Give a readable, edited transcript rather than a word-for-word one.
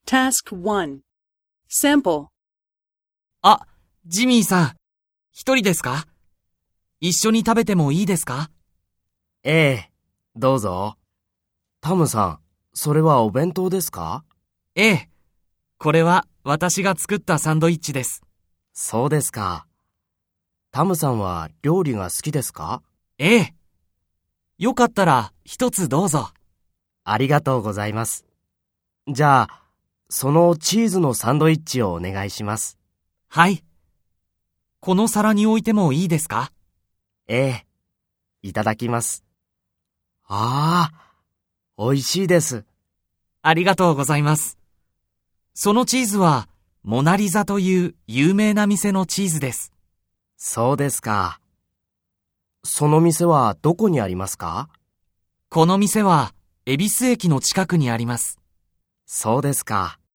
Task 1 Sample あ、ジミーさん、一人ですか？一緒に食べてもいいですか？ ええ、どうぞ。タムさん、それはお弁当ですか？ ええ、これは私が作ったサンドイッチです。 そうですか。タムさんは料理が好きですか？ ええ。よかったら一つどうぞ。 ありがとうございます。じゃあ、そのチーズのサンドイッチをお願いします。 はい。この皿に置いてもいいですか？ ええ、いただきます。ああ、美味しいです。 ありがとうございます。そのチーズはモナリザという有名な店のチーズです。 そうですか。その店はどこにありますか？ この店は恵比寿駅の近くにあります。 そうですか。